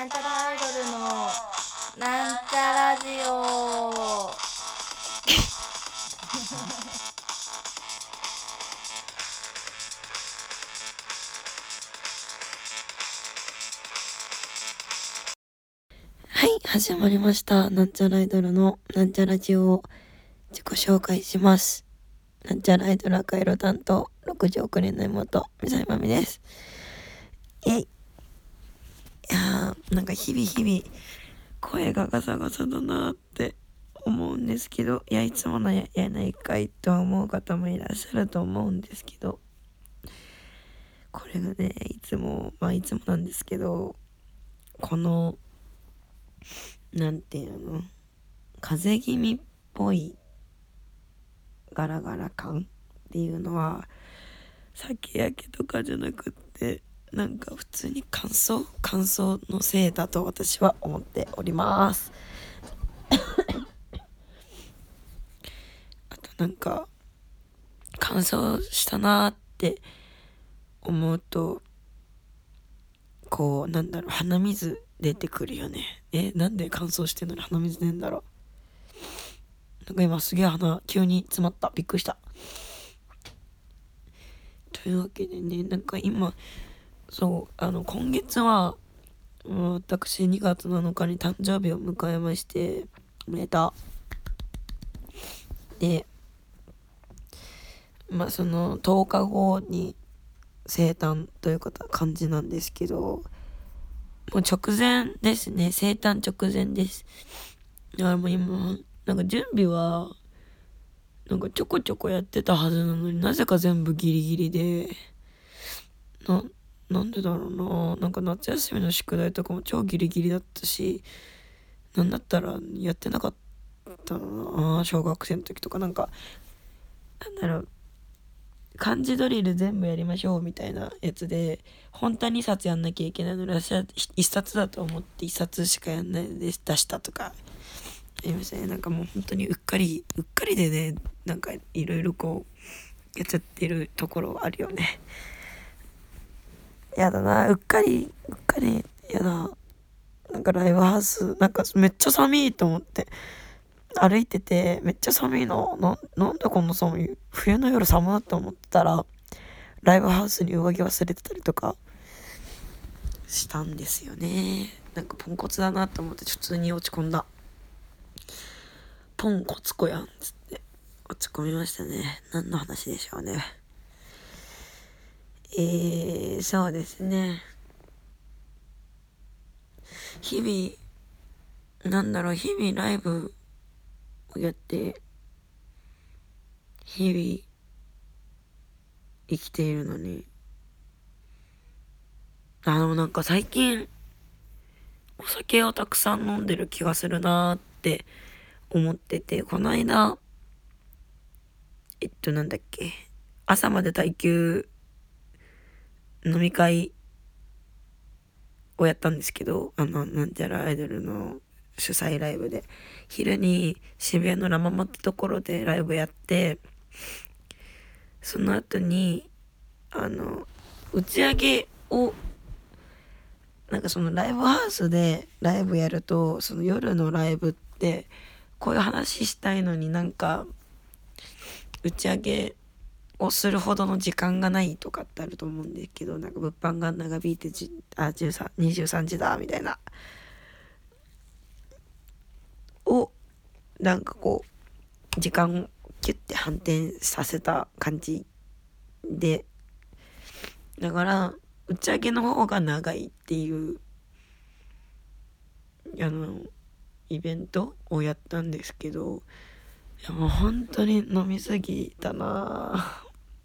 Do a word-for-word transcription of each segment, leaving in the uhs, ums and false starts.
なんちゃらアイドルのなんちゃラジオはい、始まりました。なんちゃらアイドルのなんちゃラジオを自己紹介します。なんちゃらアイドル赤色担当、ろくじょうくねんの妹、みさいまみです。イェイ。いやー、なんか日々日々、声がガサガサだなって思うんですけど、いや、いつものややないかいと思う方もいらっしゃると思うんですけど、これがね、いつも、まあいつもなんですけど、この、なんていうの、風邪気味っぽいガラガラ感っていうのは酒焼けとかじゃなくって、なんか普通に乾燥乾燥のせいだと私は思っております。あとなんか乾燥したなーって思うと、こうなんだろう、鼻水出てくるよね。えなんで乾燥してんのに鼻水出んだろう。なんか今すげえ鼻急に詰まった。びっくりした。というわけでね、なんか今そうあの今月は私にがつなのかに誕生日を迎えまして、おめでとう。でまあそのとおかごに生誕という感じなんですけど、もう直前ですね。生誕直前です。だからもう今なんか準備はなんかちょこちょこやってたはずなのに、なぜか全部ギリギリで、ななんでだろうな。なんか夏休みの宿題とかも超ギリギリだったし、なんだったらやってなかったな、小学生の時とか。なんかなんだろう、漢字ドリル全部やりましょうみたいなやつで、本当はにさつやんなきゃいけないのに私はいっさつだと思っていっさつしかやんないで出したとかありましたね。なんかもう本当にうっかりうっかりでね、なんかいろいろこうやっちゃってるところあるよね。やだな、うっかりうっかりやだ。なんかライブハウスなんかめっちゃ寒いと思って歩いてて、めっちゃ寒いの な, なんでこんな寒い、冬の夜寒いって思ってたら、ライブハウスに上着忘れてたりとかしたんですよね。なんかポンコツだなと思って普通に落ち込んだ。ポンコツコやんつって落ち込みましたね。何の話でしょうね。えー、そうですね。日々なんだろう、日々ライブをやって日々生きているのに、あのなんか最近お酒をたくさん飲んでる気がするなーって思ってて、この間えっとなんだっけ、朝まで耐久飲み会をやったんですけど、あのなんちゃらアイドルの主催ライブで、昼に渋谷のラママってところでライブやって、その後にあの打ち上げを、なんかそのライブハウスでライブやると、その夜のライブってこういう話したいのになんか打ち上げをするほどの時間がないとかってあると思うんですけど、なんか物販が長引いてじあじゅうさん、にじゅうさんじだみたいなを、なんかこう時間をキュッて反転させた感じで、だから打ち上げの方が長いっていうあのイベントをやったんですけど、いやもう本当に飲みすぎたな。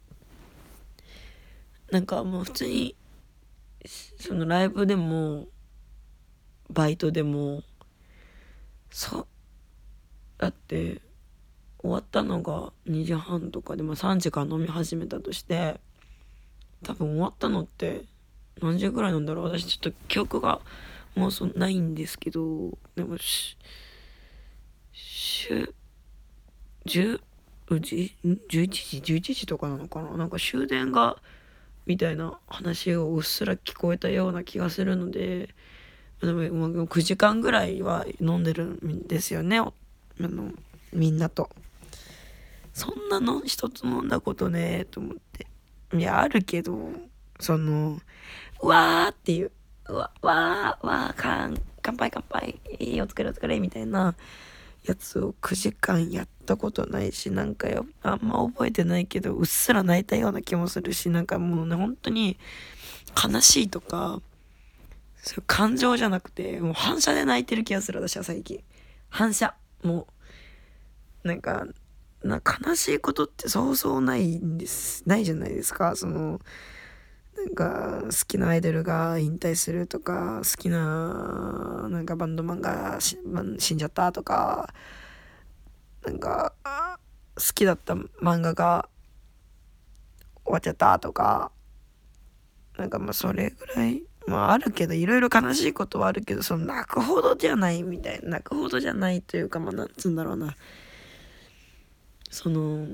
なんかもう普通にそのライブでもバイトでも、そうだって終わったのがにじはんとかで、もさんじから飲み始めたとして、多分終わったのって何時ぐらいなんだろう。私ちょっと記憶がもうそないんですけど、でもししゅじゅうじじゅういちじじゅういちじとかなのかな。なんか終電がみたいな話をうっすら聞こえたような気がするので、 でももうくじかんぐらいは飲んでるんですよね、あのみんなと。そんなの一つ飲んだことねえと思って。いやあるけど、そのうわーっていう、うわわーわーかん乾杯乾杯いいお疲れお疲れみたいなやつをくじかんやったことないし、なんかよあんま覚えてないけどうっすら泣いたような気もするし、なんかもうね本当に悲しいとかそういう感情じゃなくて、もう反射で泣いてる気がする、私は最近。反射。もう、なんか、な悲しいことってそうそうないんです。ないじゃないですか。その、なんか、好きなアイドルが引退するとか、好きな、なんかバンドマンがし死んじゃったとか、なんか、好きだった漫画が終わっちゃったとか、なんかまあそれぐらい、まああるけど、いろいろ悲しいことはあるけど、その泣くほどじゃないみたいな、泣くほどじゃないというか、まあなんつうんだろうな。その、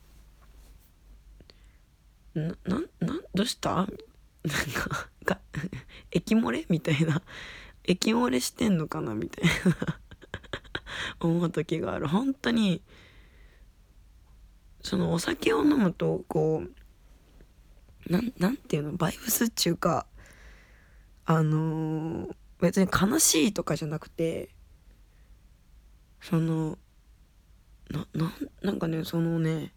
な、な、な、どうしたなんか、が、液漏れみたいな。液漏れしてんのかなみたいな思う時がある。本当に、そのお酒を飲むと、こう、なん、なんていうの、バイブスっていうか、あのー別に悲しいとかじゃなくて、その、な、な、なんかね、そのね、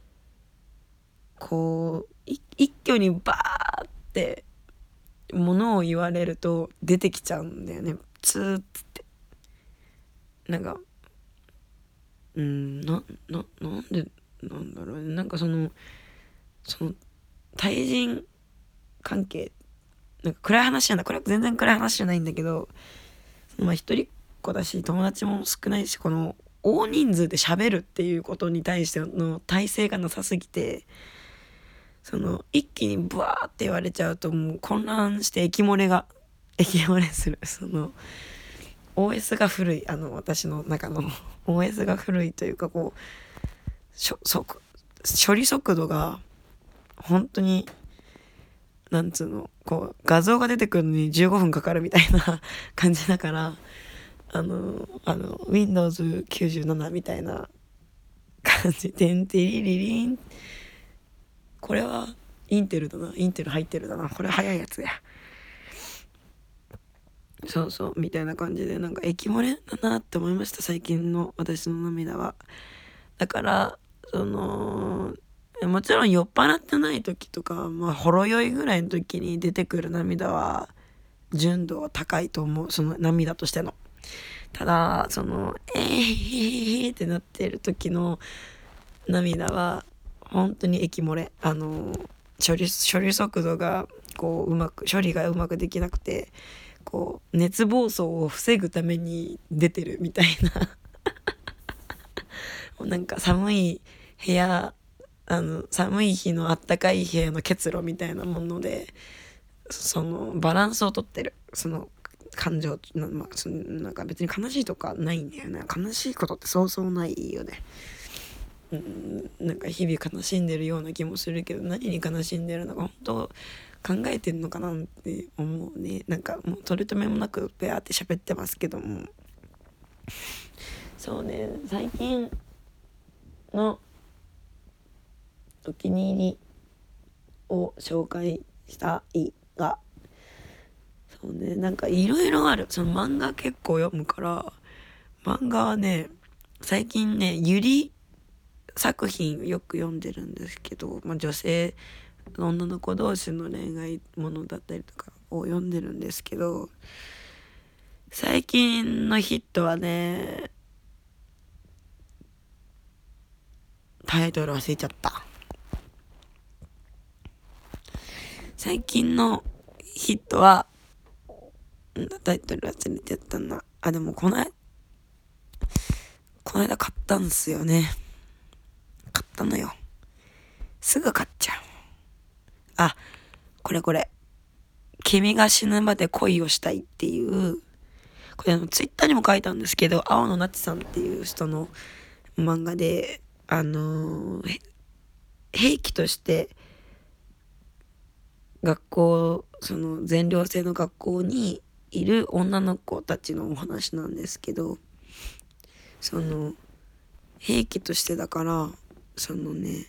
こう、い一挙にバーってものを言われると出てきちゃうんだよね。ツーッつって。なんか、うーん、な、な、なんでなんだろうね。なんかその、その、対人関係、なんか暗い話じゃない。これは全然暗い話じゃないんだけど、まあ一人っ子だし、友達も少ないし、この、大人数で喋るっていうことに対しての体制がなさすぎて、その一気にブワーって言われちゃうともう混乱して液漏れが液漏れする。その オーエス が古い、あの私の中の オーエス が古いというか、こうしょ速処理速度が本当になんつうの、こう画像が出てくるのにじゅうごふんかかるみたいな感じだから、あのあの ウィンドウズきゅうじゅうなな みたいな感じ。てんてりりりん、これはインテルだな、インテル入ってるだな、これ早いやつや。そうそうみたいな感じで、なんか液漏れだなって思いました、最近の私の涙は。だからそのもちろん酔っ払ってない時とか、まあほろ酔いぐらいの時に出てくる涙は純度は高いと思う、その涙としての。ただそのえーってなってる時の涙は本当に液漏れ、あの処理処理速度がこううまく処理がうまくできなくて、こう熱暴走を防ぐために出てるみたいななんか寒い部屋、あの寒い日のあったかい部屋の結露みたいなもので、そのバランスをとってる、その感情な、まあ、そのなんか別に悲しいとかないんだよね。悲しいことってそうそうないよね。うん、なんか日々悲しんでるような気もするけど、何に悲しんでるのか本当考えてんのかなって思うね。なんかもう取り留めもなくペアって喋ってますけども、そうね、最近のお気に入りを紹介したいが、そうね、なんかいろいろある。その漫画結構読むから、漫画はね最近ねゆり作品よく読んでるんですけど、まあ、女性女の子同士の恋愛ものだったりとかを読んでるんですけど、最近のヒットはね、タイトル忘れちゃった。最近のヒットはタイトル忘れちゃったなあ。でもこのこの間買ったんすよね。買ったのよ。すぐ買っちゃう。あ、これこれ。君が死ぬまで恋をしたいっていう、これあのツイッターにも書いたんですけど、青野なちさんっていう人の漫画で、あのー、兵器として学校、その全寮制の学校にいる女の子たちのお話なんですけど、その兵器としてだから、そのね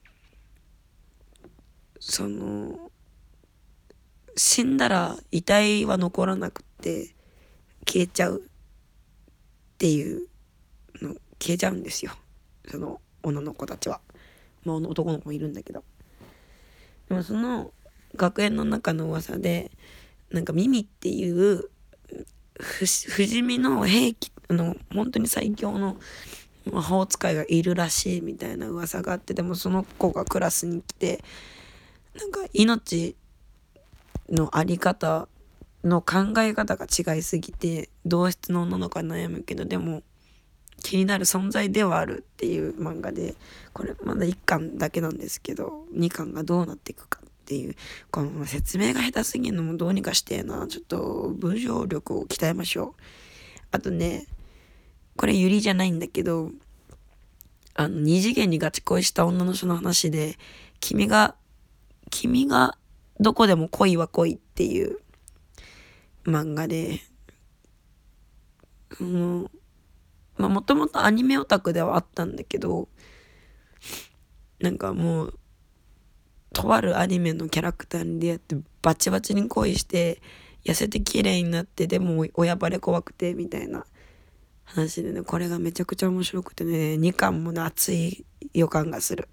その死んだら遺体は残らなくて消えちゃうっていうの消えちゃうんですよ、その女の子たちは。まあ男の子もいるんだけど、でもその学園の中の噂でなんかミミっていう不不死身の兵器あの本当に最強の魔法使いがいるらしいみたいな噂があって、でもその子がクラスに来てなんか命のあり方の考え方が違いすぎて同質の女の子は悩むけど、でも気になる存在ではあるっていう漫画で、これまだいっかんだけなんですけどにかんがどうなっていくかっていう、この説明が下手すぎるのもどうにかしてな、ちょっと文章力を鍛えましょう。あとね、これユリじゃないんだけど、あの二次元にガチ恋した女の人の話で、君が君がどこでも恋は恋っていう漫画で、そのまあもともとアニメオタクではあったんだけど、なんかもうとあるアニメのキャラクターに出会ってバチバチに恋して痩せて綺麗になって、でも親バレ怖くてみたいな話でね、これがめちゃくちゃ面白くてね、にかんもね熱い予感がする。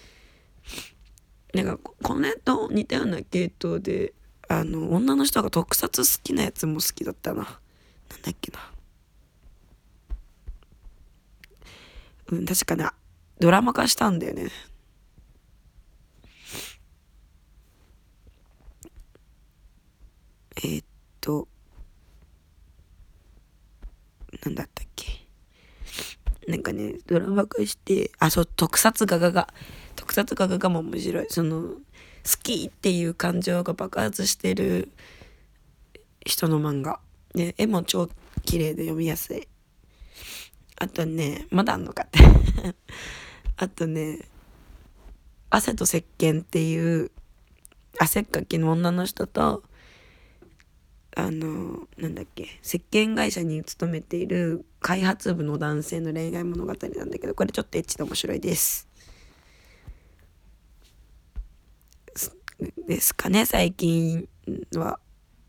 なんかこの絵と似たような系統で、あの女の人が特撮好きなやつも好きだったな。なんだっけな、うん確かねドラマ化したんだよね。えー、っとなんだったっけ、なんかねドラマ化して、あそう特撮ガガガ特撮ガガガも面白い。その好きっていう感情が爆発してる人の漫画で、絵も超綺麗で読みやすい。あとねまだあんのかってあとね汗と石鹸っていう汗っかきの女の人と、あのなんだっけ石鹸会社に勤めている開発部の男性の恋愛物語なんだけど、これちょっとエッチで面白いですですかね。最近は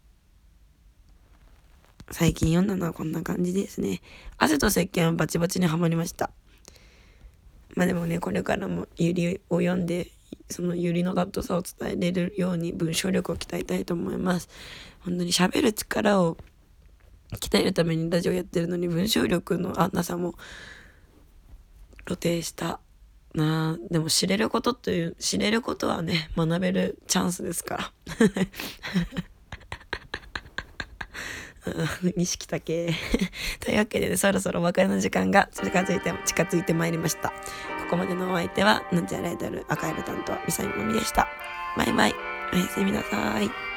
最近読んだのはこんな感じですね。汗と石鹸はバチバチにはまりました。まあでもね、これからもユリを読んでそのユリの尊さを伝えれるように文章力を鍛えたいと思います。本当に喋る力を鍛えるためにラジオやってるのに文章力のなさも露呈したな。でも知れることという知れることはね学べるチャンスですから錦竹というわけで、ね、そろそろお別れの時間が近づいて近づいてまいりました。ここまでのお相手はなんちゃらアイドル赤色担当ミサイのみでした。バイバイ、おやすみなさい。